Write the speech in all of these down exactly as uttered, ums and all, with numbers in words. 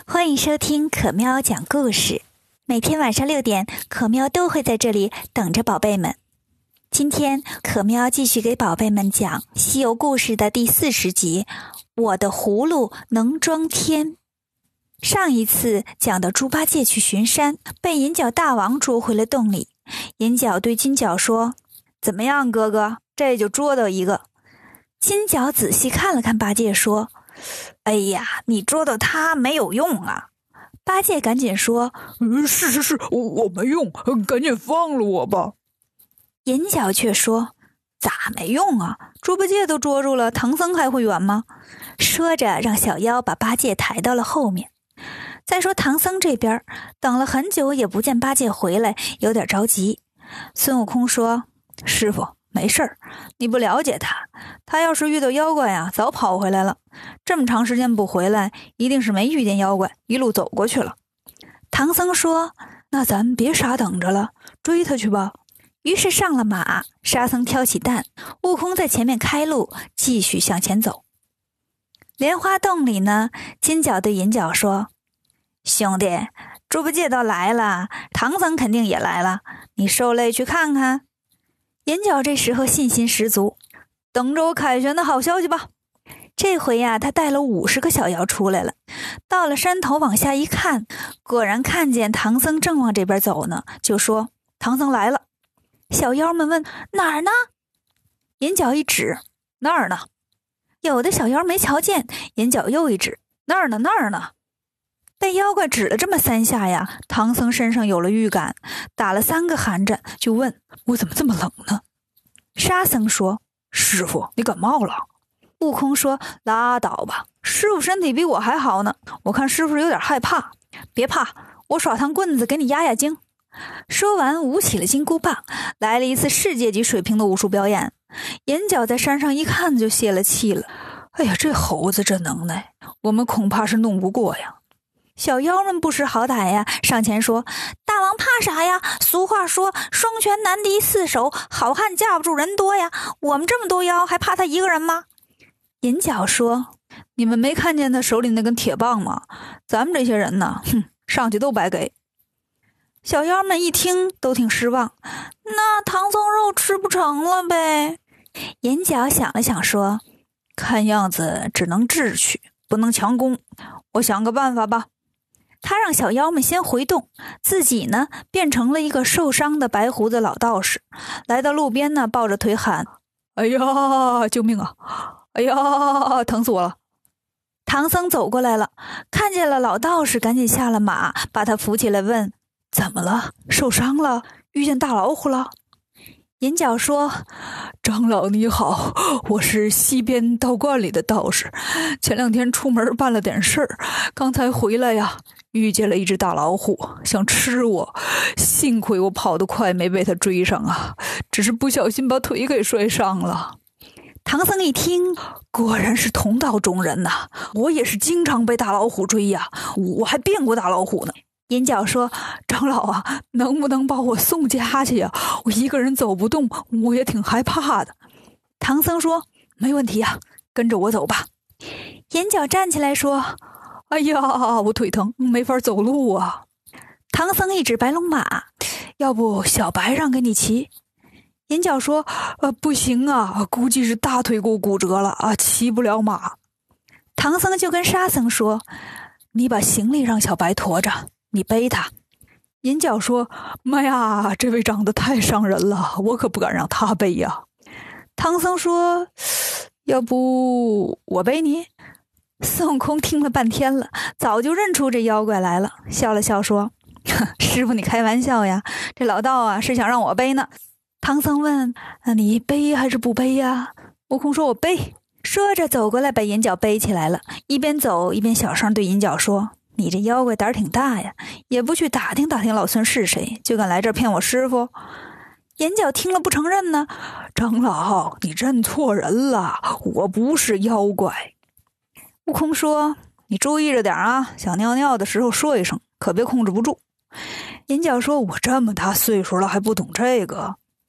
欢迎收听可喵讲故事，每天晚上六点，可喵都会在这里等着宝贝们。今天可喵继续给宝贝们讲《西游故事》的第四十集，我的葫芦能装天。上一次讲到猪八戒去巡山，被银角大王捉回了洞里。银角对金角说：怎么样哥哥，这就捉到一个。金角仔细看了看八戒说：哎呀，你捉到他没有用啊。八戒赶紧说： 呃、是是是，我我没用，赶紧放了我吧。 银角却说：咋没用啊，猪八戒都捉住了，唐僧还会远吗？说着让小妖把八戒抬到了后面。再说唐僧这边等了很久也不见八戒回来，有点着急。孙悟空说：师傅没事儿，你不了解他，他要是遇到妖怪呀，早跑回来了。这么长时间不回来，一定是没遇见妖怪，一路走过去了。唐僧说：那咱别傻等着了，追他去吧。于是上了马，沙僧挑起担，悟空在前面开路，继续向前走。莲花洞里呢，金角对银角说：兄弟，猪八戒都来了，唐僧肯定也来了，你受累去看看。银角这时候信心十足，等着我凯旋的好消息吧。这回呀、啊，他带了五十个小妖出来了。到了山头往下一看，果然看见唐僧正往这边走呢，就说：唐僧来了。小妖们问：哪儿呢？银角一指：那儿呢。有的小妖没瞧见，银角又一指：那儿呢那儿呢。被妖怪指了这么三下呀，唐僧身上有了预感，打了三个寒颤，就问：我怎么这么冷呢？沙僧说：师傅你感冒了。悟空说：拉倒吧，师傅身体比我还好呢，我看师傅有点害怕。别怕，我耍趟棍子给你压压惊。说完舞起了金箍棒，来了一次世界级水平的武术表演。银角在山上一看就泄了气了，哎呀，这猴子这能耐，我们恐怕是弄不过呀。小妖们不识好歹呀，上前说：大王怕啥呀？俗话说双拳难敌四手，好汉架不住人多呀，我们这么多妖还怕他一个人吗？银角说：你们没看见他手里那根铁棒吗？咱们这些人呢，哼，上去都白给。小妖们一听都挺失望，那唐僧肉吃不成了呗。银角想了想说：看样子只能智取，不能强攻，我想个办法吧。他让小妖们先回洞，自己呢变成了一个受伤的白胡子老道士，来到路边呢，抱着腿喊：哎呀，救命啊！哎呀，疼死我了！唐僧走过来了，看见了老道士，赶紧下了马，把他扶起来问：怎么了？受伤了？遇见大老虎了？银角说：长老你好，我是西边道观里的道士，前两天出门办了点事儿，刚才回来呀，遇见了一只大老虎，想吃我，幸亏我跑得快，没被他追上啊，只是不小心把腿给摔伤了。唐僧一听，果然是同道中人呐、啊，我也是经常被大老虎追呀，我还变过大老虎呢。银角说：长老啊，能不能把我送家去呀？我一个人走不动，我也挺害怕的。唐僧说：没问题呀，跟着我走吧。银角站起来说：哎呀，我腿疼，没法走路啊。唐僧一指白龙马：要不小白让给你骑？银角说：呃，不行啊，估计是大腿骨骨折了啊，骑不了马。唐僧就跟沙僧说：你把行李让小白驮着，你背他。银角说：妈呀，这位长得太伤人了，我可不敢让他背呀。唐僧说：要不我背你？孙悟空听了半天了，早就认出这妖怪来了，笑了笑说：师傅你开玩笑呀，这老道啊是想让我背呢。唐僧问：那你背还是不背呀？悟空说：我背。说着走过来把银角背起来了，一边走一边小声对银角说：你这妖怪胆儿挺大呀，也不去打听打听老孙是谁，就敢来这儿骗我师傅。银角听了不承认呢：长老你认错人了，我不是妖怪。悟空说：你注意着点啊，想尿尿的时候说一声，可别控制不住。银角说：我这么大岁数了还不懂这个。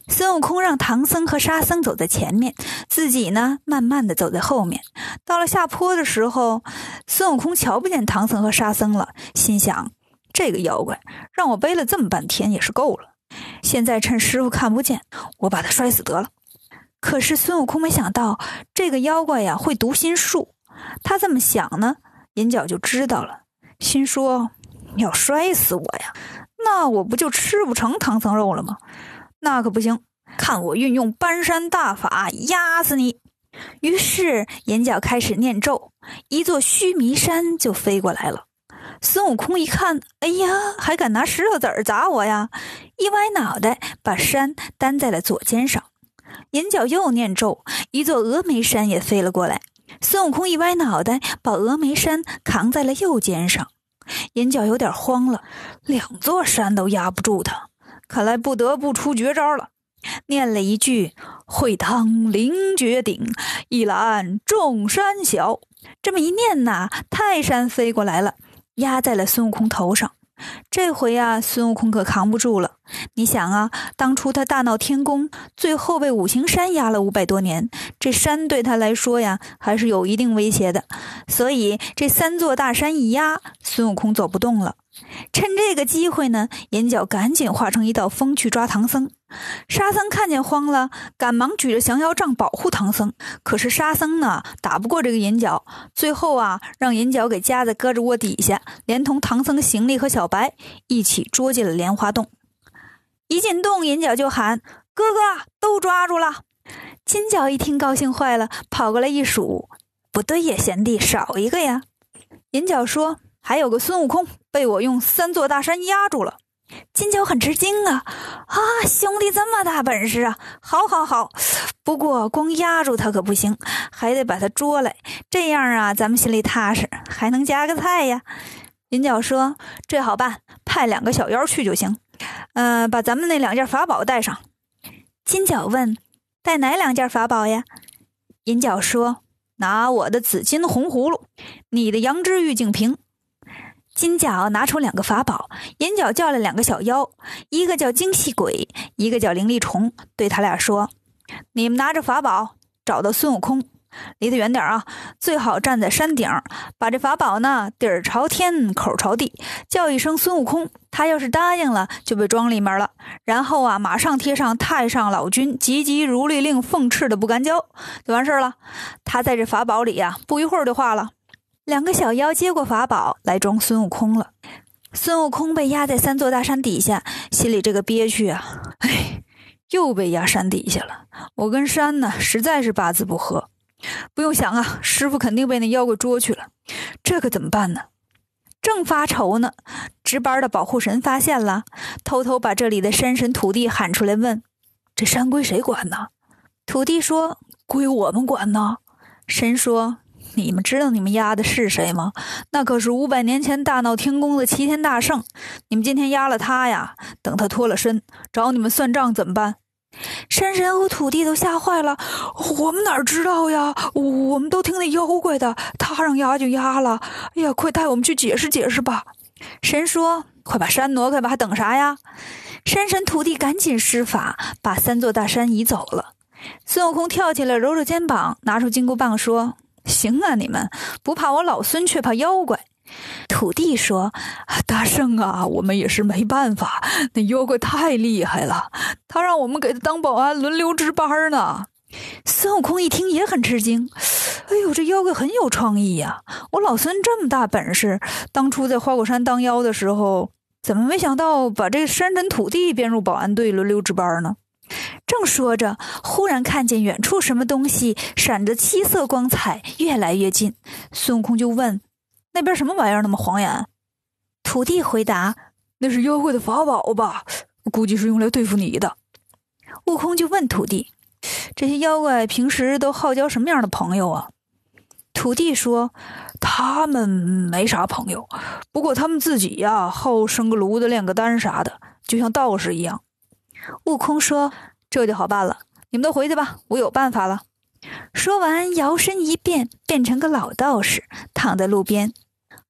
孙悟空让唐僧和沙僧走在前面，自己呢慢慢的走在后面。到了下坡的时候，孙悟空瞧不见唐僧和沙僧了，心想这个妖怪让我背了这么半天也是够了，现在趁师傅看不见，我把他摔死得了。可是孙悟空没想到这个妖怪呀会读心术，他这么想呢，银角就知道了，心说要摔死我呀，那我不就吃不成唐僧肉了吗？那可不行，看我运用搬山大法压死你！于是银角开始念咒，一座须弥山就飞过来了。孙悟空一看，哎呀，还敢拿石头子儿砸我呀！一歪脑袋，把山担在了左肩上。银角又念咒，一座峨眉山也飞了过来。孙悟空一歪脑袋，把峨眉山扛在了右肩上。银角有点慌了，两座山都压不住他，看来不得不出绝招了。念了一句会当凌绝顶，一览众山小。这么一念呐，泰山飞过来了，压在了孙悟空头上。这回啊，孙悟空可扛不住了。你想啊，当初他大闹天宫，最后被五行山压了五百多年，这山对他来说呀，还是有一定威胁的。所以这三座大山一压，孙悟空走不动了。趁这个机会呢，银角赶紧化成一道风去抓唐僧。沙僧看见慌了，赶忙举着降妖杖保护唐僧。可是沙僧呢，打不过这个银角，最后啊，让银角给夹在胳肢窝底下，连同唐僧行李和小白一起捉进了莲花洞。一进洞，银角就喊：哥哥，都抓住了！金角一听高兴坏了，跑过来一数，不对呀，贤弟，少一个呀。银角说：还有个孙悟空被我用三座大山压住了。金角很吃惊啊，啊，兄弟这么大本事啊！好好好，不过光压住他可不行，还得把他捉来，这样啊，咱们心里踏实，还能加个菜呀。银角说：这好办，派两个小妖去就行。呃，把咱们那两件法宝带上。金角问：带哪两件法宝呀？银角说：拿我的紫金红葫芦，你的阳之玉净瓶。金角拿出两个法宝，银角叫了两个小妖，一个叫精细鬼，一个叫灵力虫，对他俩说：你们拿着法宝找到孙悟空，离得远点啊，最好站在山顶，把这法宝呢底儿朝天口朝地，叫一声孙悟空，他要是答应了就被装里面了，然后啊马上贴上太上老君急急如律令奉敕的不干胶，就完事了。他在这法宝里呀、啊，不一会儿就化了。两个小妖接过法宝来装孙悟空了。孙悟空被压在三座大山底下，心里这个憋屈啊，哎，又被压山底下了。我跟山呢实在是八字不合，不用想啊，师傅肯定被那妖怪捉去了，这可怎么办呢？正发愁呢，值班的保护神发现了，偷偷把这里的山神土地喊出来问：这山归谁管呢？土地说：归我们管呢。神说：你们知道你们压的是谁吗？那可是五百年前大闹天宫的齐天大圣，你们今天压了他呀，等他脱了身找你们算账怎么办？山神和土地都吓坏了，我们哪知道呀，我们都听那妖怪的，他让压就压了，哎呀，快带我们去解释解释吧。神说：快把山挪开吧，还等啥呀？山神土地赶紧施法，把三座大山移走了。孙悟空跳起来，揉揉肩膀，拿出金箍棒说：行啊，你们不怕我老孙，却怕妖怪。土地说：大圣啊，我们也是没办法，那妖怪太厉害了，他让我们给他当保安，轮流值班呢。孙悟空一听也很吃惊，哎呦，这妖怪很有创意呀！我老孙这么大本事，当初在花果山当妖的时候，怎么没想到把这山神土地编入保安队，轮流值班呢？正说着，忽然看见远处什么东西闪着七色光彩，越来越近。孙悟空就问：那边什么玩意儿那么晃眼？土地回答：那是妖怪的法宝吧，估计是用来对付你的。悟空就问土地：这些妖怪平时都好交什么样的朋友啊？土地说：他们没啥朋友，不过他们自己呀，好生个炉子炼个丹啥的，就像道士一样。悟空说：这就好办了，你们都回去吧，我有办法了。说完摇身一变，变成个老道士，躺在路边。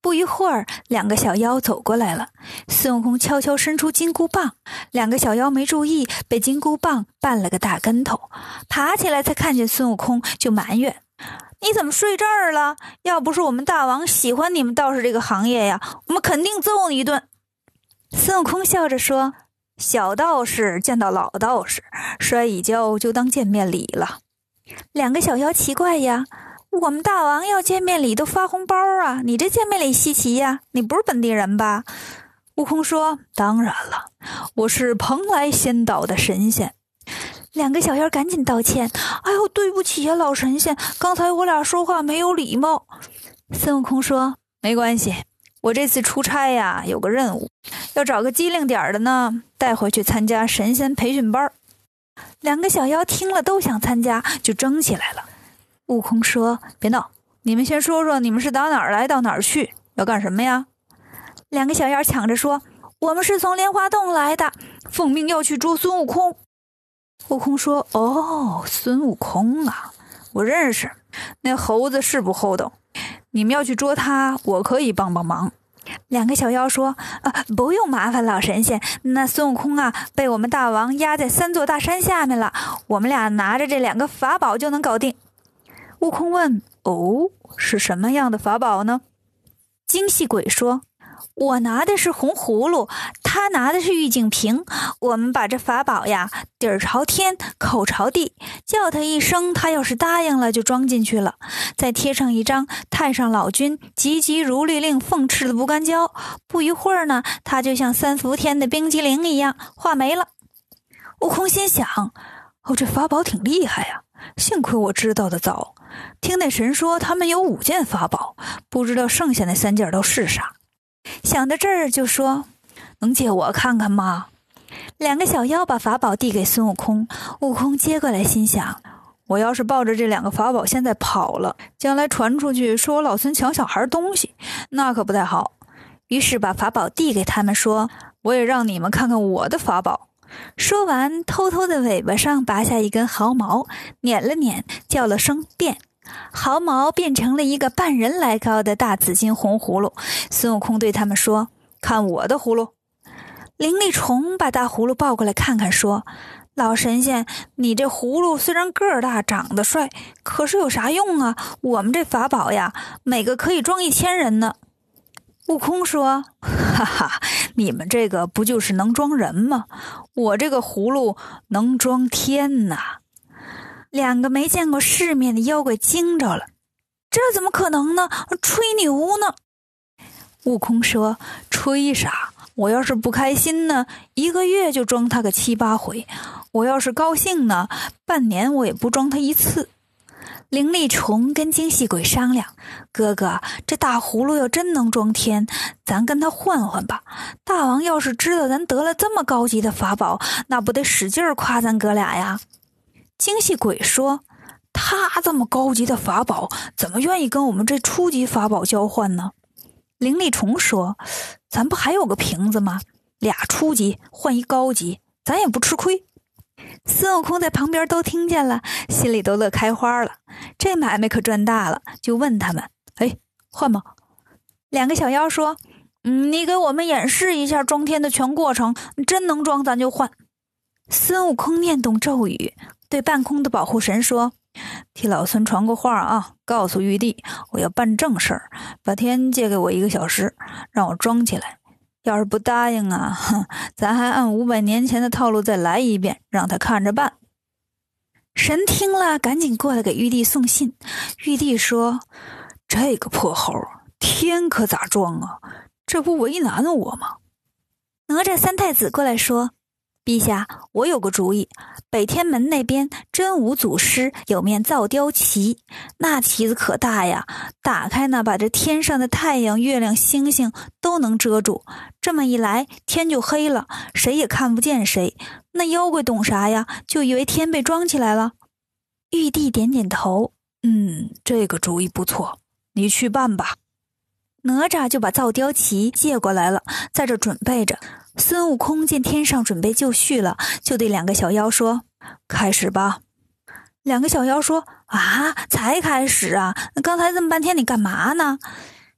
不一会儿，两个小妖走过来了。孙悟空悄悄伸出金箍棒，两个小妖没注意，被金箍棒绊了个大跟头，爬起来才看见孙悟空，就埋怨：“你怎么睡这儿了？要不是我们大王喜欢你们道士这个行业呀，我们肯定揍你一顿。”孙悟空笑着说：“小道士见到老道士，摔一跤就当见面礼了。”两个小妖奇怪呀，我们大王要见面礼都发红包啊，你这见面礼稀奇呀？你不是本地人吧？悟空说：“当然了，我是蓬莱仙岛的神仙。”两个小妖赶紧道歉：“哎呦，对不起呀，老神仙，刚才我俩说话没有礼貌。”孙悟空说：“没关系，我这次出差呀，有个任务，要找个机灵点的呢，带回去参加神仙培训班。”两个小妖听了都想参加，就争起来了。悟空说：“别闹，你们先说说你们是打哪儿来到哪儿去，要干什么呀？”两个小妖抢着说：“我们是从莲花洞来的，奉命要去捉孙悟空。”悟空说：“哦，孙悟空啊，我认识，那猴子是不厚道，你们要去捉他，我可以帮帮忙。”两个小妖说：“啊，不用麻烦老神仙，那孙悟空啊，被我们大王压在三座大山下面了，我们俩拿着这两个法宝就能搞定。”悟空问：“哦，是什么样的法宝呢？”精细鬼说：“我拿的是红葫芦，他拿的是玉净瓶，我们把这法宝呀，底儿朝天，口朝地，叫他一声，他要是答应了就装进去了，再贴上一张太上老君急急如律令奉敕的不干胶，不一会儿呢，他就像三伏天的冰激凌一样化没了。”悟空心想：“哦，这法宝挺厉害呀，幸亏我知道的早。听那神说他们有五件法宝，不知道剩下那三件都是啥。”想到这儿就说：“能借我看看吗？”两个小妖把法宝递给孙悟空，悟空接过来心想：我要是抱着这两个法宝现在跑了，将来传出去说我老孙抢小孩东西，那可不太好。于是把法宝递给他们说：“我也让你们看看我的法宝。”说完，偷偷的尾巴上拔下一根毫毛，捻了捻，叫了声变，毫毛变成了一个半人来高的大紫金红葫芦。孙悟空对他们说：“看我的葫芦。”灵力虫把大葫芦抱过来看看，说：“老神仙，你这葫芦虽然个儿大，长得帅，可是有啥用啊？我们这法宝呀，每个可以装一千人呢。”悟空说：“哈哈，你们这个不就是能装人吗？我这个葫芦能装天呐！”两个没见过世面的妖怪惊着了：“这怎么可能呢？吹牛呢！”悟空说：“吹啥？我要是不开心呢，一个月就装他个七八回；我要是高兴呢，半年我也不装他一次。”灵力虫跟精细鬼商量：“哥哥，这大葫芦要真能装天，咱跟他换换吧。大王要是知道咱得了这么高级的法宝，那不得使劲夸咱哥俩呀？”精细鬼说：“他这么高级的法宝，怎么愿意跟我们这初级法宝交换呢？”灵力虫说：“咱不还有个瓶子吗？俩初级换一高级，咱也不吃亏。”孙悟空在旁边都听见了，心里都乐开花了，这买卖可赚大了，就问他们：“哎，换吗？”两个小妖说：“嗯，你给我们演示一下装天的全过程，真能装咱就换。”孙悟空念动咒语，对半空的保护神说：“替老孙传个话啊，告诉玉帝，我要办正事儿，把天借给我一个小时，让我装起来。要是不答应啊，哼，咱还按五百年前的套路再来一遍，让他看着办。”神听了，赶紧过来给玉帝送信。玉帝说：“这个破猴，天可咋装啊？这不为难我吗？”哪吒三太子过来说：“陛下，我有个主意。北天门那边真武祖师有面造雕旗，那旗子可大呀，打开呢，把这天上的太阳、月亮、星星都能遮住。这么一来，天就黑了，谁也看不见谁。那妖怪懂啥呀？就以为天被装起来了。”玉帝点点头：“嗯，这个主意不错，你去办吧。”哪吒就把造雕旗借过来了，在这准备着。孙悟空见天上准备就绪了，就对两个小妖说：“开始吧。”两个小妖说：“啊，才开始啊？刚才这么半天你干嘛呢？”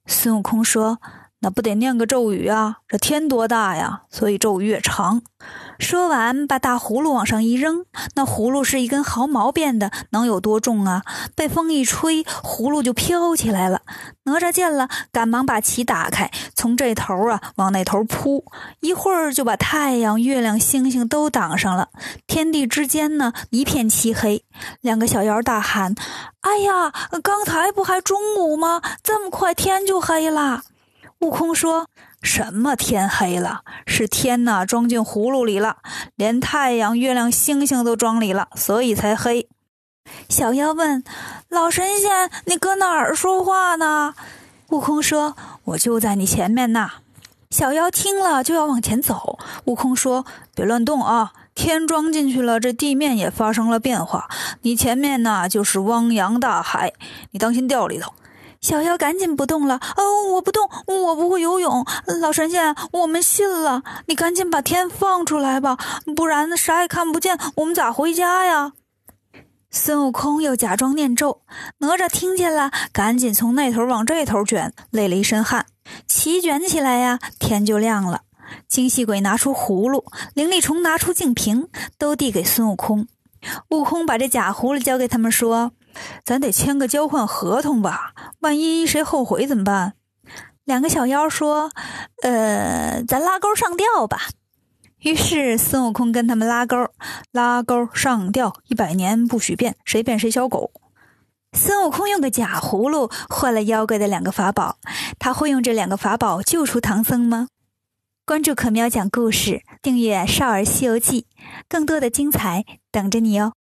孙悟空说：“那不得念个咒语啊？这天多大呀，所以咒语也长。”说完，把大葫芦往上一扔，那葫芦是一根毫毛变的，能有多重啊？被风一吹，葫芦就飘起来了。哪吒见了，赶忙把旗打开，从这头啊往那头扑，一会儿就把太阳、月亮、星星都挡上了。天地之间呢，一片漆黑。两个小妖大喊：“哎呀，刚才不还中午吗？这么快天就黑了！”悟空说：“什么天黑了？是天呐装进葫芦里了，连太阳、月亮、星星都装里了，所以才黑。”小妖问：“老神仙，你搁哪儿说话呢？”悟空说：“我就在你前面呢。”小妖听了就要往前走，悟空说：“别乱动啊，天装进去了，这地面也发生了变化，你前面呢就是汪洋大海，你当心掉里头。”小妖赶紧不动了。哦，我不动，我不会游泳。老神仙，我们信了，你赶紧把天放出来吧，不然啥也看不见，我们咋回家呀？孙悟空又假装念咒，哪吒听见了，赶紧从那头往这头卷，累了一身汗。齐卷起来呀，天就亮了。精细鬼拿出葫芦，灵力虫拿出净瓶，都递给孙悟空。悟空把这假葫芦交给他们说：“咱得签个交换合同吧，万一谁后悔怎么办？”两个小妖说：“呃，咱拉钩上吊吧。”于是孙悟空跟他们拉钩，拉钩上吊，一百年不许变，谁变谁小狗。孙悟空用个假葫芦换了妖怪的两个法宝，他会用这两个法宝救出唐僧吗？关注可喵讲故事，订阅少儿西游记，更多的精彩等着你哦。